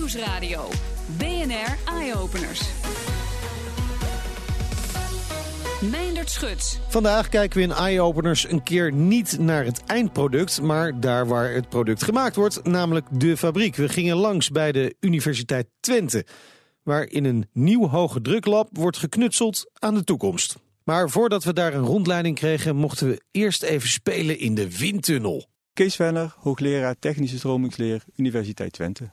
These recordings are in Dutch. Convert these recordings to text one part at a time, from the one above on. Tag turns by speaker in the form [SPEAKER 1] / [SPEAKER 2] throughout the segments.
[SPEAKER 1] Nieuwsradio. BNR Eye Openers. Meindert Schut.
[SPEAKER 2] Vandaag kijken we in Eye Openers een keer niet naar het eindproduct, maar daar waar het product gemaakt wordt, namelijk de fabriek. We gingen langs bij de Universiteit Twente, waar in een nieuw hoge druklab wordt geknutseld aan de toekomst. Maar voordat we daar een rondleiding kregen, mochten we eerst even spelen in de windtunnel.
[SPEAKER 3] Kees Venner, hoogleraar Technische Stromingsleer, Universiteit Twente.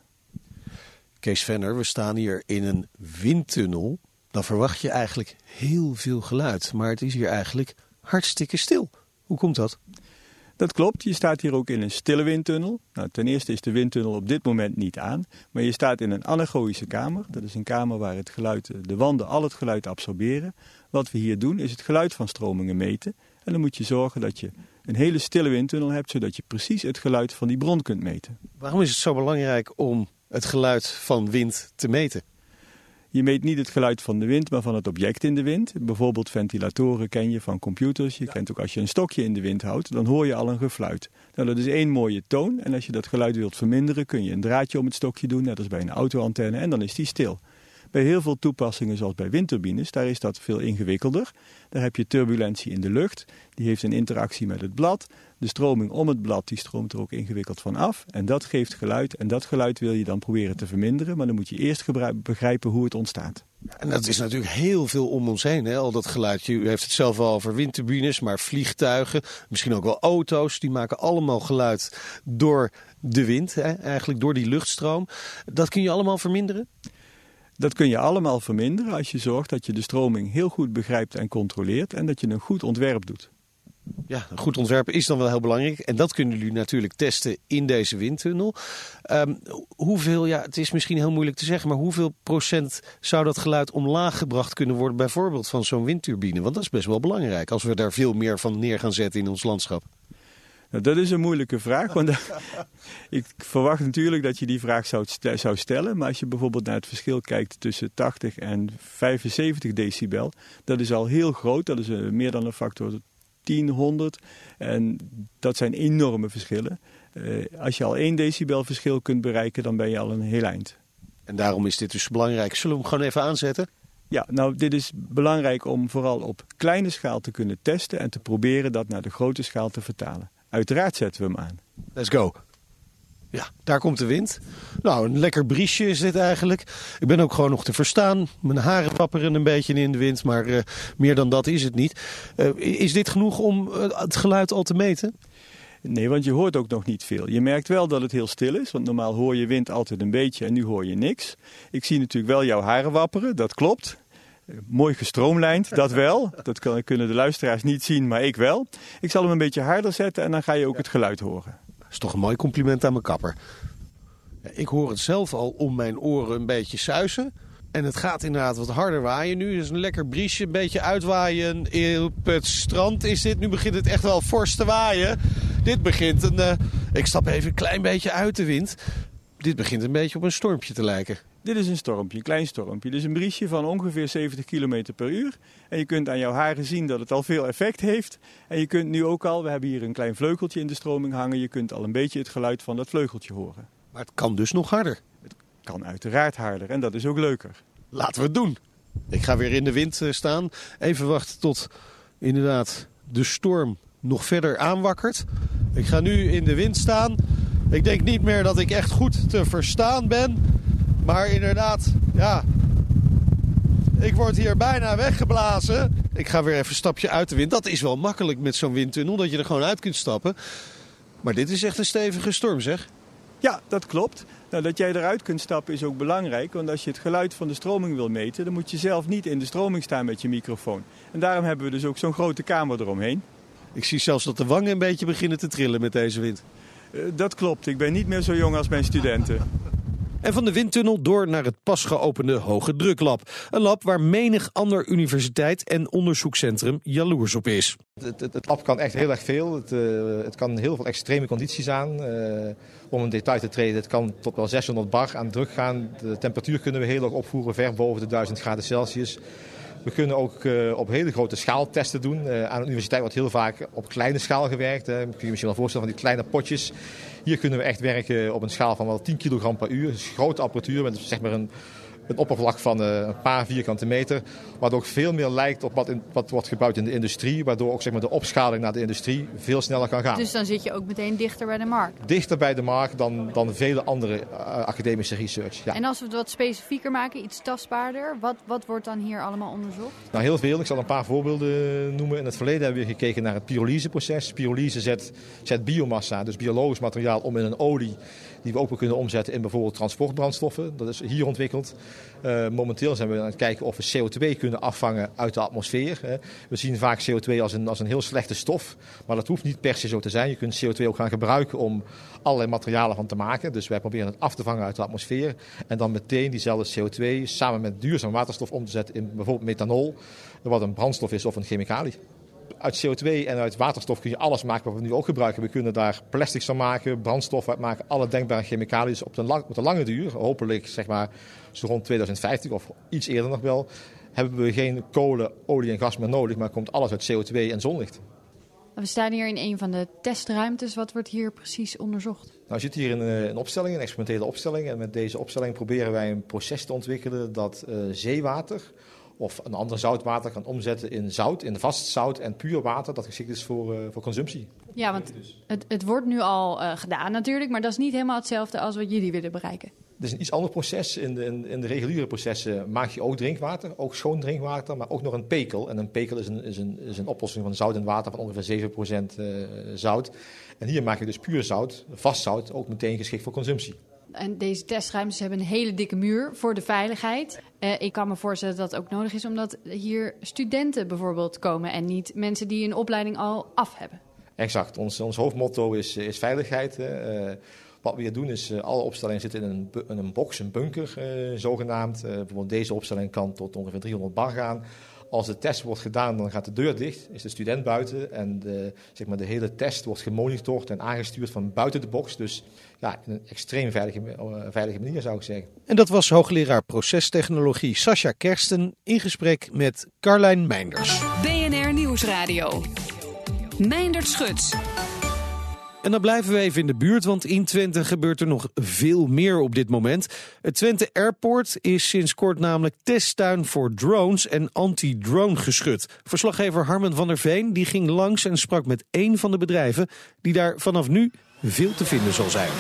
[SPEAKER 2] Kees Venner, we staan hier in een windtunnel. Dan verwacht je eigenlijk heel veel geluid, maar het is hier eigenlijk hartstikke stil. Hoe komt dat?
[SPEAKER 3] Dat klopt, je staat hier ook in een stille windtunnel. Nou, ten eerste is de windtunnel op dit moment niet aan, maar je staat in een anechoïsche kamer. Dat is een kamer waar het geluid, de wanden al het geluid absorberen. Wat we hier doen is het geluid van stromingen meten. En dan moet je zorgen dat je een hele stille windtunnel hebt, zodat je precies het geluid van die bron kunt meten.
[SPEAKER 2] Waarom is het zo belangrijk om het geluid van wind te meten?
[SPEAKER 3] Je meet niet het geluid van de wind, maar van het object in de wind. Bijvoorbeeld ventilatoren ken je van computers. Je kent ook als je een stokje in de wind houdt, dan hoor je al een gefluit. Nou, dat is één mooie toon. En als je dat geluid wilt verminderen, kun je een draadje om het stokje doen, net als bij een autoantenne, en dan is die stil. Bij heel veel toepassingen, zoals bij windturbines, daar is dat veel ingewikkelder. Daar heb je turbulentie in de lucht. Die heeft een interactie met het blad. De stroming om het blad die stroomt er ook ingewikkeld van af. En dat geeft geluid. En dat geluid wil je dan proberen te verminderen. Maar dan moet je eerst begrijpen hoe het ontstaat.
[SPEAKER 2] En dat is natuurlijk heel veel om ons heen, hè? Al dat geluid. U heeft het zelf al over windturbines, maar vliegtuigen, misschien ook wel auto's, die maken allemaal geluid door de wind, hè? Eigenlijk door die luchtstroom. Dat kun je allemaal verminderen?
[SPEAKER 3] Dat kun je allemaal verminderen als je zorgt dat je de stroming heel goed begrijpt en controleert en dat je een goed ontwerp doet.
[SPEAKER 2] Ja, een goed ontwerp is dan wel heel belangrijk. En dat kunnen jullie natuurlijk testen in deze windtunnel. Hoeveel, ja, het is misschien heel moeilijk te zeggen, maar hoeveel procent zou dat geluid omlaag gebracht kunnen worden, bijvoorbeeld van zo'n windturbine? Want dat is best wel belangrijk als we daar veel meer van neer gaan zetten in ons landschap.
[SPEAKER 3] Nou, dat is een moeilijke vraag, want ik verwacht natuurlijk dat je die vraag zou stellen. Maar als je bijvoorbeeld naar het verschil kijkt tussen 80 en 75 decibel, dat is al heel groot. Dat is meer dan een factor 10, 100. En dat zijn enorme verschillen. Als je al 1 decibel verschil kunt bereiken, dan ben je al een heel eind.
[SPEAKER 2] En daarom is dit dus belangrijk. Zullen we hem gewoon even aanzetten?
[SPEAKER 3] Ja, nou, dit is belangrijk om vooral op kleine schaal te kunnen testen en te proberen dat naar de grote schaal te vertalen. Uiteraard zetten we hem aan.
[SPEAKER 2] Let's go. Ja, daar komt de wind. Nou, een lekker briesje is dit eigenlijk. Ik ben ook gewoon nog te verstaan. Mijn haren wapperen een beetje in de wind, maar meer dan dat is het niet. Is dit genoeg om het geluid al te meten?
[SPEAKER 3] Nee, want je hoort ook nog niet veel. Je merkt wel dat het heel stil is, want normaal hoor je wind altijd een beetje en nu hoor je niks. Ik zie natuurlijk wel jouw haren wapperen, dat klopt. Mooi gestroomlijnd, dat wel. Dat kunnen de luisteraars niet zien, maar ik wel. Ik zal hem een beetje harder zetten en dan ga je ook het geluid horen.
[SPEAKER 2] Dat is toch een mooi compliment aan mijn kapper. Ik hoor het zelf al om mijn oren een beetje suisen. En het gaat inderdaad wat harder waaien nu. Dus een lekker briesje, een beetje uitwaaien op het strand is dit. Nu begint het echt wel fors te waaien. Dit begint ik stap even een klein beetje uit de wind. Dit begint een beetje op een stormpje te lijken.
[SPEAKER 3] Dit is een stormpje, een klein stormpje. Dit is een briesje van ongeveer 70 km per uur. En je kunt aan jouw haren zien dat het al veel effect heeft. En je kunt nu ook al, we hebben hier een klein vleugeltje in de stroming hangen. Je kunt al een beetje het geluid van dat vleugeltje horen.
[SPEAKER 2] Maar het kan dus nog harder.
[SPEAKER 3] Het kan uiteraard harder en dat is ook leuker.
[SPEAKER 2] Laten we het doen. Ik ga weer in de wind staan. Even wachten tot inderdaad de storm nog verder aanwakkert. Ik ga nu in de wind staan. Ik denk niet meer dat ik echt goed te verstaan ben. Maar inderdaad, ja, ik word hier bijna weggeblazen. Ik ga weer even een stapje uit de wind. Dat is wel makkelijk met zo'n windtunnel, dat je er gewoon uit kunt stappen. Maar dit is echt een stevige storm, zeg.
[SPEAKER 3] Ja, dat klopt. Nou, dat jij eruit kunt stappen is ook belangrijk. Want als je het geluid van de stroming wil meten, dan moet je zelf niet in de stroming staan met je microfoon. En daarom hebben we dus ook zo'n grote kamer eromheen.
[SPEAKER 2] Ik zie zelfs dat de wangen een beetje beginnen te trillen met deze wind.
[SPEAKER 3] Dat klopt. Ik ben niet meer zo jong als mijn studenten.
[SPEAKER 2] En van de windtunnel door naar het pas geopende hoge druklab. Een lab waar menig ander universiteit en onderzoekscentrum jaloers op is.
[SPEAKER 4] Het lab kan echt heel erg veel. Het kan heel veel extreme condities aan. Om in detail te treden, het kan tot wel 600 bar aan druk gaan. De temperatuur kunnen we heel erg opvoeren, ver boven de 1000 graden Celsius. We kunnen ook op hele grote schaal testen doen. Aan de universiteit wordt heel vaak op kleine schaal gewerkt. Kun je je misschien wel voorstellen van die kleine potjes. Hier kunnen we echt werken op een schaal van wel 10 kilogram per uur. Dus grote apparatuur met zeg maar een oppervlak van een paar vierkante meter. Waardoor ook veel meer lijkt op wat wordt gebouwd in de industrie. Waardoor ook zeg maar, de opschaling naar de industrie veel sneller kan gaan.
[SPEAKER 5] Dus dan zit je ook meteen dichter bij de markt?
[SPEAKER 4] Dichter bij de markt dan vele andere academische research. Ja.
[SPEAKER 5] En als we het wat specifieker maken, iets tastbaarder, wat wordt dan hier allemaal onderzocht?
[SPEAKER 4] Nou, heel veel. Ik zal een paar voorbeelden noemen. In het verleden hebben we gekeken naar het pyrolyseproces. Pyrolyse zet biomassa, dus biologisch materiaal, om in een olie die we ook kunnen omzetten in bijvoorbeeld transportbrandstoffen. Dat is hier ontwikkeld. Momenteel zijn we aan het kijken of we CO2 kunnen afvangen uit de atmosfeer. We zien vaak CO2 als een heel slechte stof, maar dat hoeft niet per se zo te zijn. Je kunt CO2 ook gaan gebruiken om allerlei materialen van te maken. Dus wij proberen het af te vangen uit de atmosfeer en dan meteen diezelfde CO2 samen met duurzaam waterstof om te zetten in bijvoorbeeld methanol, wat een brandstof is of een chemicalië. Uit CO2 en uit waterstof kun je alles maken wat we nu ook gebruiken. We kunnen daar plastics van maken, brandstof uit maken, alle denkbare chemicaliën. Dus op de lange duur, hopelijk zeg maar zo rond 2050 of iets eerder nog wel, hebben we geen kolen, olie en gas meer nodig, maar komt alles uit CO2 en zonlicht.
[SPEAKER 5] We staan hier in een van de testruimtes. Wat wordt hier precies onderzocht?
[SPEAKER 4] Nou, je zit hier in een opstelling, een experimentele opstelling. En met deze opstelling proberen wij een proces te ontwikkelen dat zeewater of een ander zoutwater kan omzetten in zout, in vast zout en puur water dat geschikt is voor consumptie.
[SPEAKER 5] Ja, want het wordt nu al gedaan natuurlijk, maar dat is niet helemaal hetzelfde als wat jullie willen bereiken.
[SPEAKER 4] Het is een iets ander proces. In de reguliere processen maak je ook drinkwater, ook schoon drinkwater, maar ook nog een pekel. En een pekel is een oplossing van zout en water van ongeveer 7% zout. En hier maak je dus puur zout, vast zout, ook meteen geschikt voor consumptie.
[SPEAKER 5] En deze testruimtes hebben een hele dikke muur voor de veiligheid. Ik kan me voorstellen dat dat ook nodig is omdat hier studenten bijvoorbeeld komen en niet mensen die een opleiding al af hebben.
[SPEAKER 4] Exact. Ons hoofdmotto is veiligheid. Wat we hier doen is, alle opstellingen zitten in een box, een bunker zogenaamd. Bijvoorbeeld deze opstelling kan tot ongeveer 300 bar gaan. Als de test wordt gedaan, dan gaat de deur dicht, is de student buiten. En de hele test wordt gemonitord en aangestuurd van buiten de box. Dus ja, in een extreem veilige manier zou ik zeggen.
[SPEAKER 2] En dat was hoogleraar procestechnologie Sascha Kersten in gesprek met Carlijn Meinders.
[SPEAKER 1] BNR Nieuwsradio. Meindert Schut.
[SPEAKER 2] En dan blijven we even in de buurt, want in Twente gebeurt er nog veel meer op dit moment. Het Twente Airport is sinds kort namelijk testtuin voor drones en anti-drone geschut. Verslaggever Harmen van der Veen die ging langs en sprak met één van de bedrijven die daar vanaf nu veel te vinden zal zijn.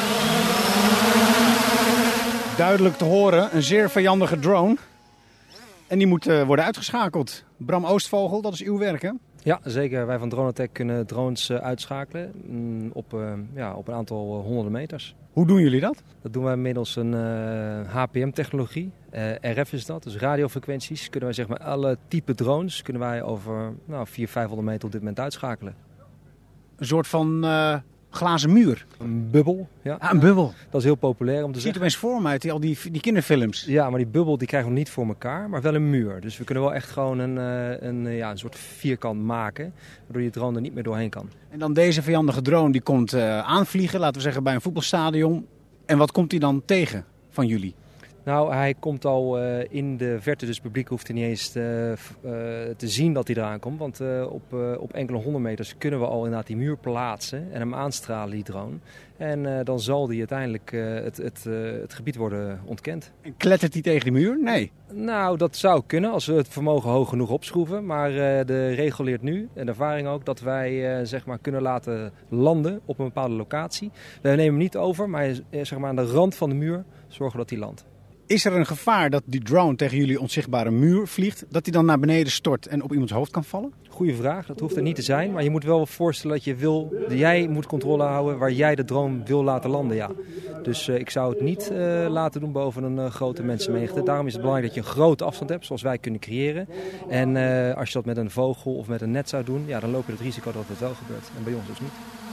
[SPEAKER 6] Duidelijk te horen, een zeer vijandige drone. En die moet worden uitgeschakeld. Bram Oostvogel, dat is uw werk, hè?
[SPEAKER 7] Ja, zeker. Wij van Dronatech kunnen drones uitschakelen op een aantal honderden meters.
[SPEAKER 6] Hoe doen jullie dat?
[SPEAKER 7] Dat doen wij middels een HPM-technologie. RF is dat, dus radiofrequenties. Kunnen wij zeg maar alle type drones kunnen wij over 400-500 meter op dit moment uitschakelen.
[SPEAKER 6] Een soort van glazen muur.
[SPEAKER 7] Een bubbel, ja.
[SPEAKER 6] Ah, een bubbel.
[SPEAKER 7] Dat is heel populair om te
[SPEAKER 6] zeggen. Ziet er eens voor me uit, al die kinderfilms.
[SPEAKER 7] Ja, maar die bubbel die krijgen we niet voor elkaar, maar wel een muur. Dus we kunnen wel echt gewoon een soort vierkant maken, waardoor je drone er niet meer doorheen kan.
[SPEAKER 6] En dan deze vijandige drone die komt aanvliegen, laten we zeggen bij een voetbalstadion. En wat komt hij dan tegen van jullie?
[SPEAKER 7] Nou, hij komt al in de verte, dus het publiek hoeft er niet eens te zien dat hij eraan komt. Want op enkele 100 meters kunnen we al inderdaad die muur plaatsen en hem aanstralen, die drone. En dan zal die uiteindelijk het gebied worden ontkend.
[SPEAKER 6] En klettert hij tegen die muur? Nee.
[SPEAKER 7] Nou, dat zou kunnen als we het vermogen hoog genoeg opschroeven. Maar de regel leert nu, en de ervaring ook, dat wij kunnen laten landen op een bepaalde locatie. We nemen hem niet over, maar aan de rand van de muur zorgen dat hij landt.
[SPEAKER 6] Is er een gevaar dat die drone tegen jullie onzichtbare muur vliegt, dat hij dan naar beneden stort en op iemands hoofd kan vallen?
[SPEAKER 7] Goeie vraag, dat hoeft er niet te zijn. Maar je moet wel voorstellen dat jij moet controle houden waar jij de drone wil laten landen. Ja. Dus ik zou het niet laten doen boven een grote mensenmenigte. Daarom is het belangrijk dat je een grote afstand hebt, zoals wij kunnen creëren. En als je dat met een vogel of met een net zou doen, ja, dan loop je het risico dat het wel gebeurt. En bij ons dus niet.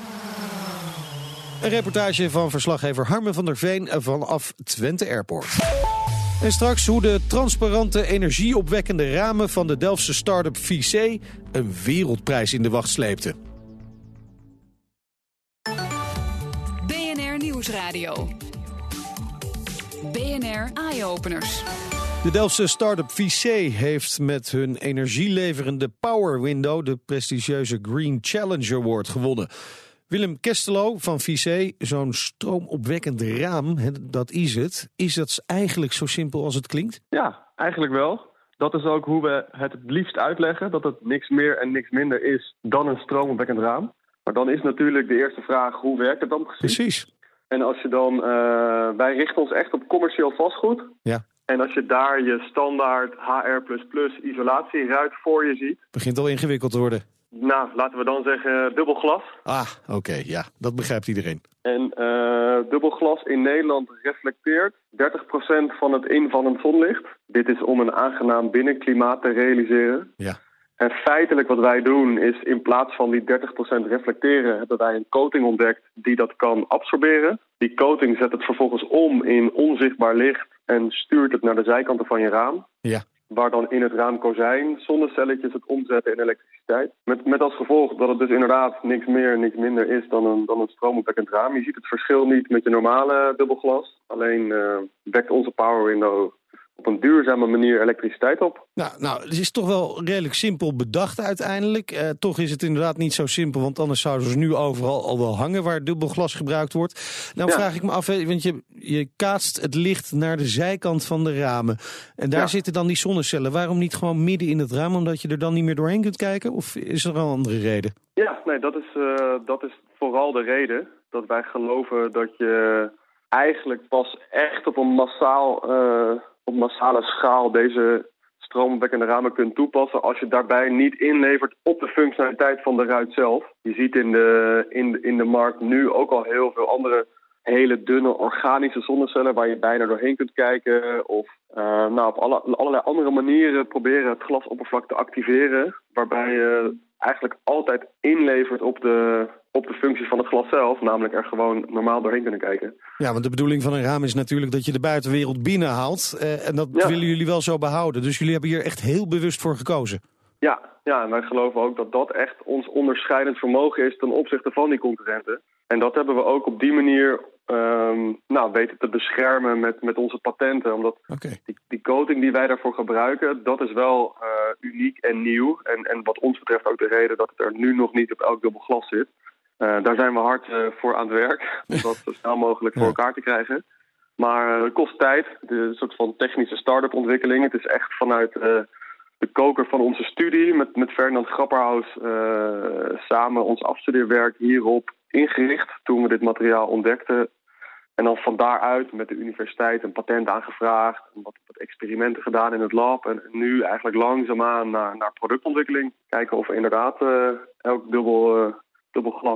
[SPEAKER 2] Een reportage van verslaggever Harmen van der Veen vanaf Twente Airport. En straks hoe de transparante, energieopwekkende ramen van de Delftse start-up VC een wereldprijs in de wacht sleepte.
[SPEAKER 1] BNR Nieuwsradio. BNR Eye-openers.
[SPEAKER 2] De Delftse start-up VC heeft met hun energieleverende Power Window de prestigieuze Green Challenge Award gewonnen. Willem Kestelo van VC, zo'n stroomopwekkend raam, dat is het. Is dat eigenlijk zo simpel als het klinkt?
[SPEAKER 8] Ja, eigenlijk wel. Dat is ook hoe we het liefst uitleggen, dat het niks meer en niks minder is dan een stroomopwekkend raam. Maar dan is natuurlijk de eerste vraag, hoe werkt het dan precies?
[SPEAKER 2] Precies.
[SPEAKER 8] En als je dan, wij richten ons echt op commercieel vastgoed.
[SPEAKER 2] Ja.
[SPEAKER 8] En als je daar je standaard HR++ isolatieruit voor je ziet.
[SPEAKER 2] Begint al ingewikkeld te worden.
[SPEAKER 8] Nou, laten we dan zeggen dubbel glas.
[SPEAKER 2] Oké, ja, dat begrijpt iedereen.
[SPEAKER 8] En dubbel glas in Nederland reflecteert 30% van het invallend zonlicht. Dit is om een aangenaam binnenklimaat te realiseren.
[SPEAKER 2] Ja.
[SPEAKER 8] En feitelijk wat wij doen is in plaats van die 30% reflecteren, hebben wij een coating ontdekt die dat kan absorberen. Die coating zet het vervolgens om in onzichtbaar licht en stuurt het naar de zijkanten van je raam.
[SPEAKER 2] Ja.
[SPEAKER 8] Waar dan in het raamkozijn zonnecelletjes het omzetten in elektriciteit. Met als gevolg dat het dus inderdaad niks meer, niks minder is dan een stroomopwekkend raam. Je ziet het verschil niet met je normale dubbelglas. Alleen wekt onze Power Window op een duurzame manier elektriciteit op.
[SPEAKER 2] Nou, het is toch wel redelijk simpel bedacht uiteindelijk. Toch is het inderdaad niet zo simpel, want anders zouden ze nu overal al wel hangen waar dubbelglas gebruikt wordt. Nou vraag ik me af, want je kaatst het licht naar de zijkant van de ramen. En daar zitten dan die zonnecellen. Waarom niet gewoon midden in het raam, omdat je er dan niet meer doorheen kunt kijken? Of is er een andere reden?
[SPEAKER 8] Ja, nee, dat is vooral de reden dat wij geloven dat je eigenlijk pas echt op een op massale schaal deze stroomopwekkende ramen kunt toepassen als je daarbij niet inlevert op de functionaliteit van de ruit zelf. Je ziet in de markt nu ook al heel veel andere hele dunne organische zonnecellen waar je bijna doorheen kunt kijken of op allerlei andere manieren proberen het glasoppervlak te activeren, waarbij je eigenlijk altijd inlevert op de functie van het glas zelf, namelijk er gewoon normaal doorheen kunnen kijken. Ja,
[SPEAKER 2] want de bedoeling van een raam is natuurlijk dat je de buitenwereld binnenhaalt. En dat willen jullie wel zo behouden. Dus jullie hebben hier echt heel bewust voor gekozen.
[SPEAKER 8] Ja, en wij geloven ook dat dat echt ons onderscheidend vermogen is ten opzichte van die concurrenten. En dat hebben we ook op die manier weten te beschermen met onze patenten. Omdat die coating die wij daarvoor gebruiken, dat is wel uniek en nieuw. En wat ons betreft ook de reden dat het er nu nog niet op elk dubbel glas zit. Daar zijn we hard voor aan het werk, om dat zo snel mogelijk voor elkaar te krijgen. Maar het kost tijd, een soort van technische start-up ontwikkeling. Het is echt vanuit de koker van onze studie met Ferdinand Grapperhaus samen ons afstudeerwerk hierop ingericht toen we dit materiaal ontdekten. En dan van daaruit met de universiteit een patent aangevraagd, wat experimenten gedaan in het lab. En nu eigenlijk langzaamaan naar productontwikkeling. Kijken of we inderdaad elk dubbel glas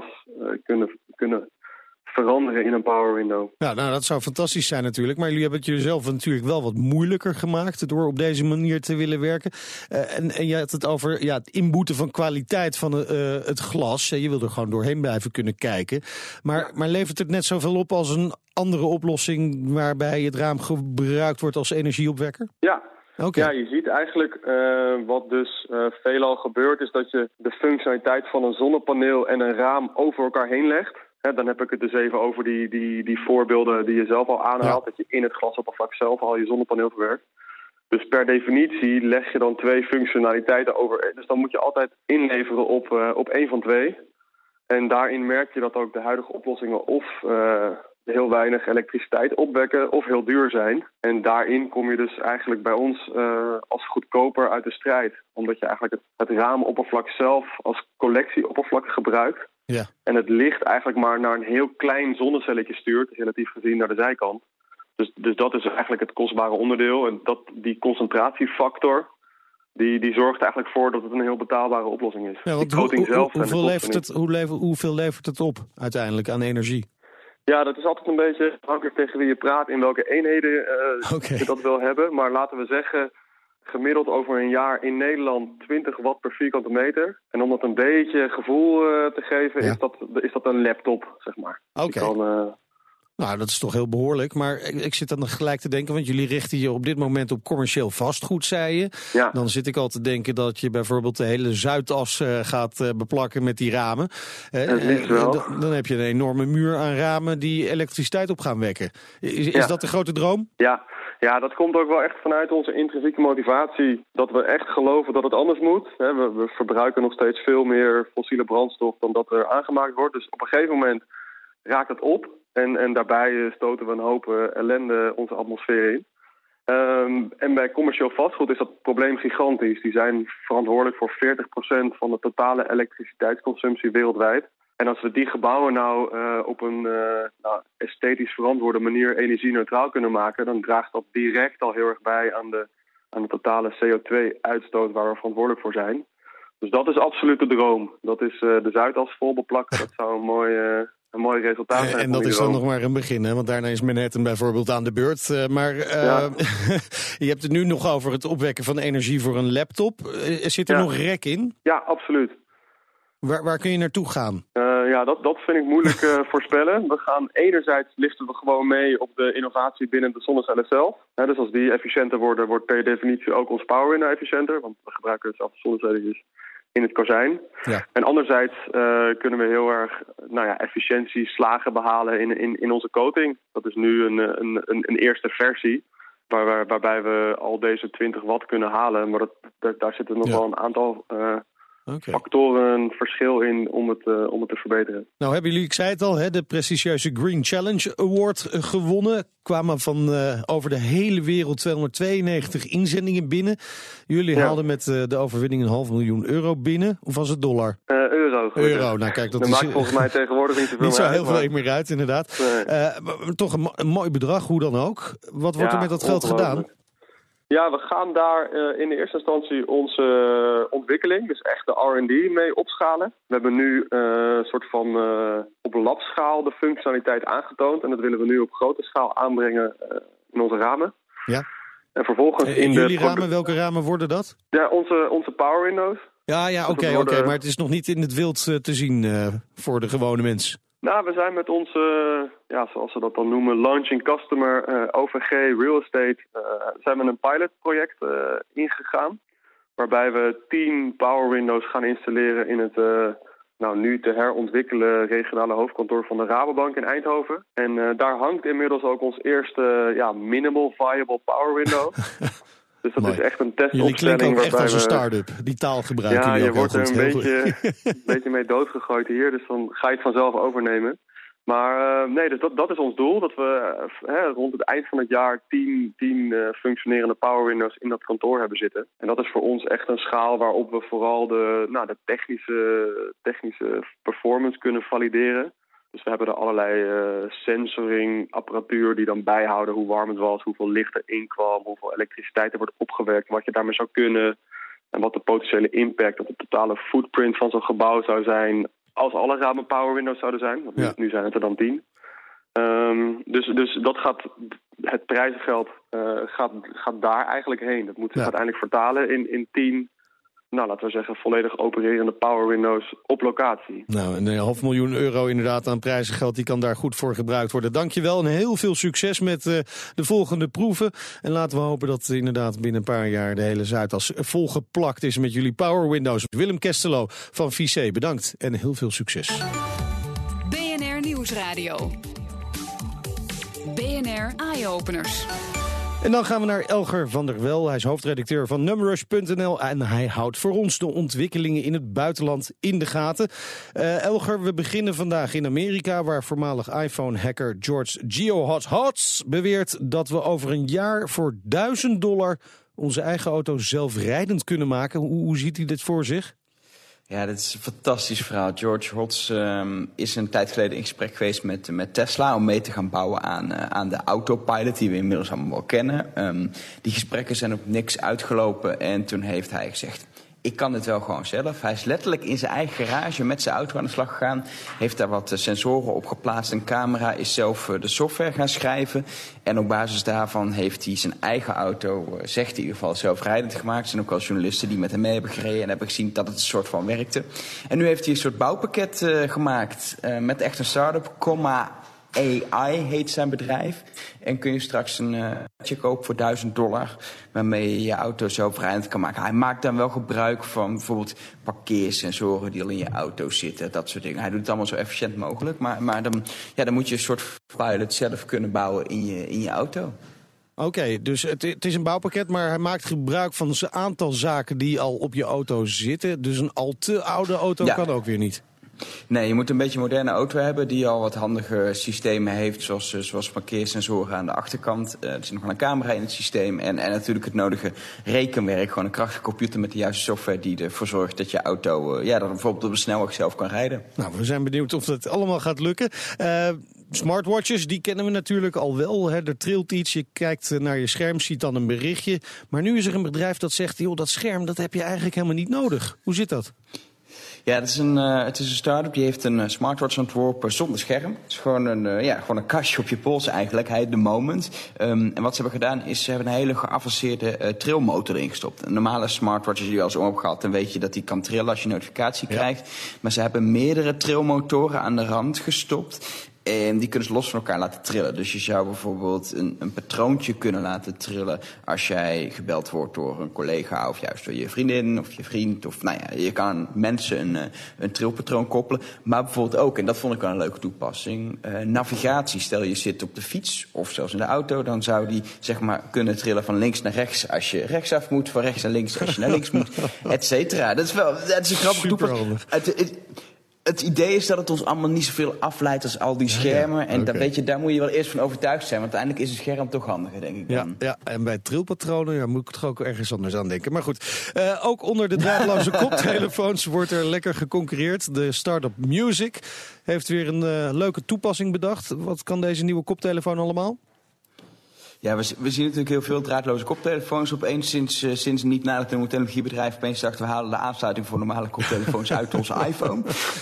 [SPEAKER 8] kunnen veranderen in een Power Window. Ja,
[SPEAKER 2] nou dat zou fantastisch zijn natuurlijk. Maar jullie hebben het jezelf natuurlijk wel wat moeilijker gemaakt door op deze manier te willen werken. En je had het over het inboeten van kwaliteit van het glas. Je wil er gewoon doorheen blijven kunnen kijken. Maar levert het net zoveel op als een andere oplossing waarbij het raam gebruikt wordt als energieopwekker? Ja. Okay. Ja, je ziet eigenlijk wat dus veelal gebeurt is dat je de functionaliteit van een zonnepaneel en een raam over elkaar heen legt. Dan heb ik het dus even over die voorbeelden die je zelf al aanhaalt. Dat je in het glasoppervlak zelf al je zonnepaneel verwerkt. Dus per definitie leg je dan twee functionaliteiten over. Dus dan moet je altijd inleveren op één van twee. En daarin merk je dat ook de huidige oplossingen of heel weinig elektriciteit opwekken of heel duur zijn. En daarin kom je dus eigenlijk bij ons als goedkoper uit de strijd. Omdat je eigenlijk het raamoppervlak zelf als collectieoppervlak gebruikt. Ja. En het licht eigenlijk maar naar een heel klein zonnecelletje stuurt, relatief gezien naar de zijkant. Dus dat is eigenlijk het kostbare onderdeel. En die concentratiefactor, die zorgt eigenlijk voor dat het een heel betaalbare oplossing is. Ja, want hoeveel levert het op uiteindelijk aan energie?
[SPEAKER 8] Ja, dat is altijd een beetje afhankelijk tegen wie je praat, in welke eenheden je dat wil hebben. Maar laten we zeggen, gemiddeld over een jaar in Nederland 20 watt per vierkante meter. En om dat een beetje gevoel te geven, is dat een laptop, zeg maar. Oké.
[SPEAKER 2] Nou, dat is toch heel behoorlijk. Maar ik zit dan gelijk te denken, want jullie richten je op dit moment op commercieel vastgoed, zei je. Ja. Dan zit ik al te denken dat je bijvoorbeeld de hele Zuidas gaat beplakken met die ramen. Dan heb je een enorme muur aan ramen die elektriciteit op gaan wekken. Is dat de grote droom?
[SPEAKER 8] Ja, Ja, dat komt ook wel echt vanuit onze intrinsieke motivatie. Dat we echt geloven dat het anders moet. We verbruiken nog steeds veel meer fossiele brandstof dan dat er aangemaakt wordt. Dus op een gegeven moment raakt het op. En daarbij stoten we een hoop ellende onze atmosfeer in. En bij commercieel vastgoed is dat probleem gigantisch. Die zijn verantwoordelijk voor 40% van de totale elektriciteitsconsumptie wereldwijd. En als we die gebouwen op een esthetisch verantwoorde manier energie-neutraal kunnen maken, dan draagt dat direct al heel erg bij aan de totale CO2-uitstoot waar we verantwoordelijk voor zijn. Dus dat is absoluut de droom. Dat is de Zuidas vol beplakken. Dat zou een mooi resultaat zijn.
[SPEAKER 2] En dat is dan nog maar een begin, hè? Want daarna is Manhattan bijvoorbeeld aan de beurt. Je hebt het nu nog over het opwekken van energie voor een laptop. Zit er nog rek in?
[SPEAKER 8] Ja, absoluut.
[SPEAKER 2] Waar kun je naartoe gaan?
[SPEAKER 8] Dat vind ik moeilijk voorspellen. We gaan enerzijds liften we gewoon mee op de innovatie binnen de zonnecellen zelf. Dus als die efficiënter worden, wordt per definitie ook ons power window efficiënter. Want we gebruiken zelf zonnecelletjes in het kozijn. Ja. En anderzijds kunnen we heel erg efficiëntieslagen behalen in onze coating. Dat is nu een eerste versie. Waarbij we al deze 20 watt kunnen halen. Maar daar zitten nog wel een aantal factoren verschil in om het te verbeteren.
[SPEAKER 2] Nou hebben jullie, ik zei het al, de prestigieuze Green Challenge Award gewonnen. Kwamen van over de hele wereld 292 inzendingen binnen. Jullie haalden met de overwinning €500.000 binnen. Of was het dollar?
[SPEAKER 8] Euro.
[SPEAKER 2] Nou, kijk,
[SPEAKER 8] dat maakt volgens mij tegenwoordig niet zoveel
[SPEAKER 2] niet zo heel veel meer uit, inderdaad. Nee. Toch een mooi bedrag, hoe dan ook. Wat wordt er met dat geld gedaan?
[SPEAKER 8] Ja, we gaan daar in de eerste instantie onze ontwikkeling, dus echt de R&D, mee opschalen. We hebben nu soort van op labschaal de functionaliteit aangetoond. En dat willen we nu op grote schaal aanbrengen in onze ramen. Ja. En vervolgens in jullie
[SPEAKER 2] ramen, welke ramen worden dat?
[SPEAKER 8] Ja, onze power windows.
[SPEAKER 2] Ja, oké, maar het is nog niet in het wild te zien voor de gewone mens.
[SPEAKER 8] Nou, we zijn met onze, zoals ze dat dan noemen, launching customer, OVG, real estate, zijn we een pilotproject ingegaan. Waarbij we 10 power windows gaan installeren in het nu te herontwikkelen regionale hoofdkantoor van de Rabobank in Eindhoven. En daar hangt inmiddels ook ons eerste minimal viable power window. Dus dat is echt een testopstelling.
[SPEAKER 2] Jullie klinken ook echt als een start-up. Die taal gebruiken jullie ook heel goed.
[SPEAKER 8] Ja, je wordt er een beetje mee doodgegooid hier. Dus dan ga je het vanzelf overnemen. Maar dus dat is ons doel. Dat we rond het eind van het jaar 10 functionerende power windows in dat kantoor hebben zitten. En dat is voor ons echt een schaal waarop we vooral de technische performance kunnen valideren. Dus we hebben er allerlei sensoring-apparatuur die dan bijhouden hoe warm het was, hoeveel licht erin kwam, hoeveel elektriciteit er wordt opgewerkt, wat je daarmee zou kunnen en wat de potentiële impact op de totale footprint van zo'n gebouw zou zijn als alle ramen power windows zouden zijn. Want nu zijn het er dan 10. Dus dat gaat, het prijzengeld gaat daar eigenlijk heen. Dat moet zich uiteindelijk vertalen in 10... laten we zeggen, volledig opererende power windows op locatie.
[SPEAKER 2] Nou, €500.000 inderdaad aan prijzengeld, die kan daar goed voor gebruikt worden. Dankjewel en heel veel succes met de volgende proeven. En laten we hopen dat inderdaad binnen een paar jaar de hele Zuidas volgeplakt is met jullie power windows. Willem Kestelo van VC, bedankt en heel veel succes.
[SPEAKER 1] BNR Nieuwsradio. BNR Eye-Openers.
[SPEAKER 2] En dan gaan we naar Elger van der Wel. Hij is hoofdredacteur van Numrush.nl en hij houdt voor ons de ontwikkelingen in het buitenland in de gaten. Elger, we beginnen vandaag in Amerika, waar voormalig iPhone-hacker George Geohotz beweert dat we over een jaar voor $1.000 onze eigen auto zelfrijdend kunnen maken. Hoe ziet hij dit voor zich?
[SPEAKER 9] Ja, dit is een fantastisch verhaal. George Hotz is een tijd geleden in gesprek geweest met Tesla om mee te gaan bouwen aan de autopilot die we inmiddels allemaal wel kennen. Die gesprekken zijn op niks uitgelopen en toen heeft hij gezegd: ik kan dit wel gewoon zelf. Hij is letterlijk in zijn eigen garage met zijn auto aan de slag gegaan. Heeft daar wat sensoren op geplaatst, een camera, is zelf de software gaan schrijven. En op basis daarvan heeft hij zijn eigen auto, zegt hij in ieder geval, zelfrijdend gemaakt. Er zijn ook wel journalisten die met hem mee hebben gereden en hebben gezien dat het een soort van werkte. En nu heeft hij een soort bouwpakket gemaakt met echt een start-up, AI heet zijn bedrijf. En kun je straks een kopen voor $1.000... waarmee je je auto zelfrijdend kan maken. Hij maakt dan wel gebruik van bijvoorbeeld parkeersensoren die al in je auto zitten. Dat soort dingen. Hij doet het allemaal zo efficiënt mogelijk. Maar dan moet je een soort pilot zelf kunnen bouwen in je auto.
[SPEAKER 2] Oké, dus het is een bouwpakket, maar hij maakt gebruik van een aantal zaken die al op je auto zitten. Dus een al te oude auto kan ook weer niet.
[SPEAKER 9] Nee, je moet een beetje een moderne auto hebben die al wat handige systemen heeft, zoals parkeersensoren aan de achterkant. Er zit nog wel een camera in het systeem en natuurlijk het nodige rekenwerk. Gewoon een krachtige computer met de juiste software die ervoor zorgt dat je auto dan bijvoorbeeld op de snelweg zelf kan rijden.
[SPEAKER 2] Nou, we zijn benieuwd of dat allemaal gaat lukken. Smartwatches, die kennen we natuurlijk al wel. Hè. Er trilt iets, je kijkt naar je scherm, ziet dan een berichtje. Maar nu is er een bedrijf dat zegt, joh, dat scherm dat heb je eigenlijk helemaal niet nodig. Hoe zit dat?
[SPEAKER 9] Ja, het is een start-up die heeft een smartwatch ontworpen zonder scherm. Het is gewoon een kastje op je pols eigenlijk, hij heet The Moment. En wat ze hebben gedaan is, ze hebben een hele geavanceerde trillmotor erin gestopt. Een normale smartwatch die je als om hebt gehad, dan weet je dat die kan trillen als je notificatie krijgt. Maar ze hebben meerdere trillmotoren aan de rand gestopt. En die kunnen ze los van elkaar laten trillen. Dus je zou bijvoorbeeld een patroontje kunnen laten trillen als jij gebeld wordt door een collega of juist door je vriendin of je vriend. Of je kan aan mensen een trilpatroon koppelen. Maar bijvoorbeeld ook, en dat vond ik wel een leuke toepassing, navigatie. Stel je zit op de fiets of zelfs in de auto, dan zou die zeg maar kunnen trillen van links naar rechts als je rechtsaf moet, van rechts naar links als je naar links moet, et cetera. Dat is een grappige toepassing. Het idee is dat het ons allemaal niet zoveel afleidt als al die schermen. En daar moet je wel eerst van overtuigd zijn. Want uiteindelijk is een scherm toch handiger, denk ik dan.
[SPEAKER 2] Ja, en bij trilpatronen moet ik toch ook ergens anders aan denken. Maar goed, ook onder de draadloze koptelefoons wordt er lekker geconcurreerd. De start-up Music heeft weer een leuke toepassing bedacht. Wat kan deze nieuwe koptelefoon allemaal?
[SPEAKER 9] Ja, we zien natuurlijk heel veel draadloze koptelefoons opeens sinds niet nadat een technologiebedrijf opeens dacht, we halen de aansluiting voor normale koptelefoons uit onze iPhone.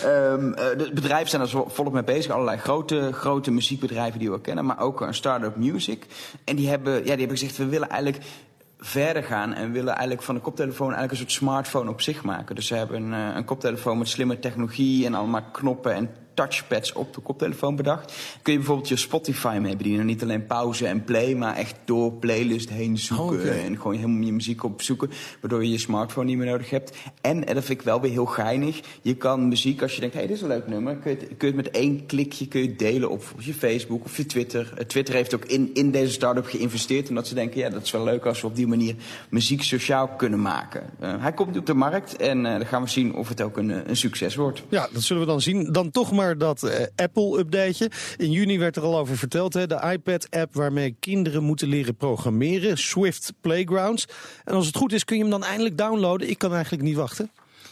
[SPEAKER 9] De bedrijven zijn er volop mee bezig, allerlei grote muziekbedrijven die we kennen, maar ook een start-up Music. En die hebben gezegd, we willen eigenlijk verder gaan en willen eigenlijk van de koptelefoon eigenlijk een soort smartphone op zich maken. Dus ze hebben een koptelefoon met slimme technologie en allemaal knoppen en touchpads op de koptelefoon bedacht. Kun je bijvoorbeeld je Spotify mee bedienen. Niet alleen pauze en play, maar echt door playlist heen zoeken. En gewoon helemaal je muziek opzoeken, waardoor je je smartphone niet meer nodig hebt. En dat vind ik wel weer heel geinig. Je kan muziek, als je denkt, dit is een leuk nummer, kun je het met 1 klikje delen op je Facebook of je Twitter. Twitter heeft ook in deze start-up geïnvesteerd, omdat ze denken, dat is wel leuk als we op die manier muziek sociaal kunnen maken. Hij komt nu op de markt en dan gaan we zien of het ook een succes wordt.
[SPEAKER 2] Ja, dat zullen we dan zien. Dan toch maar dat Apple-updateje. In juni werd er al over verteld, de iPad-app waarmee kinderen moeten leren programmeren. Swift Playgrounds. En als het goed is, kun je hem dan eindelijk downloaden. Ik kan eigenlijk niet wachten.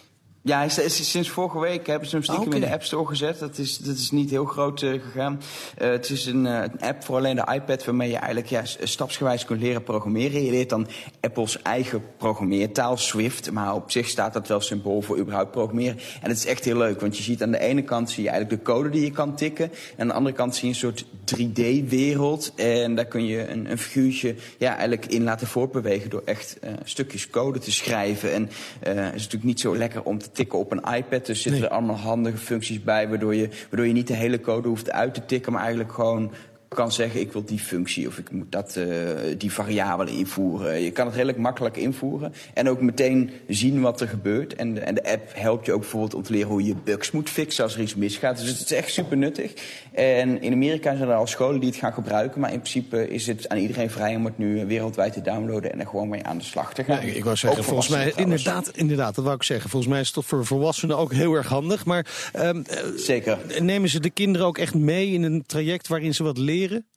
[SPEAKER 9] Ja, sinds vorige week hebben ze hem stiekem in de App Store gezet. Dat is niet heel groot gegaan. Het is een app voor alleen de iPad waarmee je eigenlijk stapsgewijs kunt leren programmeren. Je leert dan Apples eigen programmeertaal, Swift. Maar op zich staat dat wel symbool voor überhaupt programmeren. En het is echt heel leuk, want je ziet aan de ene kant zie je eigenlijk de code die je kan tikken. En aan de andere kant zie je een soort 3D-wereld. En daar kun je een figuurtje eigenlijk in laten voortbewegen door echt stukjes code te schrijven. En het is natuurlijk niet zo lekker om te tikken op een iPad. Dus zitten er allemaal handige functies bij, waardoor je niet de hele code hoeft uit te tikken, maar eigenlijk gewoon kan zeggen, ik wil die functie of ik moet die variabele invoeren. Je kan het redelijk makkelijk invoeren en ook meteen zien wat er gebeurt. En de app helpt je ook bijvoorbeeld om te leren hoe je bugs moet fixen als er iets misgaat. Dus het is echt super nuttig. En in Amerika zijn er al scholen die het gaan gebruiken, maar in principe is het aan iedereen vrij om het nu wereldwijd te downloaden en er gewoon mee aan de slag te gaan.
[SPEAKER 2] Ja, ik wou zeggen, volgens mij, inderdaad, dat wou ik zeggen. Volgens mij is het voor volwassenen ook heel erg handig. Maar
[SPEAKER 9] zeker.
[SPEAKER 2] Nemen ze de kinderen ook echt mee in een traject waarin ze wat leren?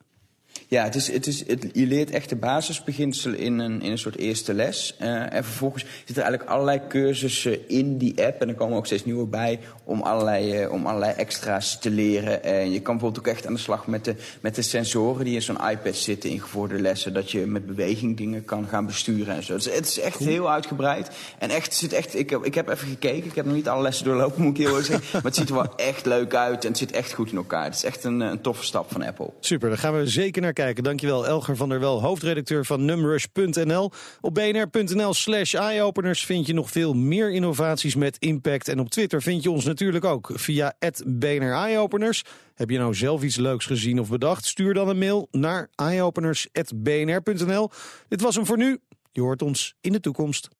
[SPEAKER 9] Ja, je leert echt de basisbeginselen in een soort eerste les. En vervolgens zitten er eigenlijk allerlei cursussen in die app. En er komen ook steeds nieuwe bij om allerlei extra's te leren. En je kan bijvoorbeeld ook echt aan de slag met de sensoren die in zo'n iPad zitten, ingevoerde lessen. Dat je met beweging dingen kan gaan besturen en zo. Dus het is echt heel uitgebreid. En ik heb even gekeken. Ik heb nog niet alle lessen doorlopen, moet ik heel eerlijk zeggen. Maar het ziet er wel echt leuk uit en het zit echt goed in elkaar. Het is echt een toffe stap van Apple.
[SPEAKER 2] Super, daar gaan we zeker naar kijken. Dankjewel, Elger van der Wel, hoofdredacteur van Numrush.nl. Op bnr.nl/eyeopeners vind je nog veel meer innovaties met impact. En op Twitter vind je ons natuurlijk ook via @BNR-eyeopeners. Heb je nou zelf iets leuks gezien of bedacht? Stuur dan een mail naar eyeopeners@bnr.nl. Dit was hem voor nu. Je hoort ons in de toekomst.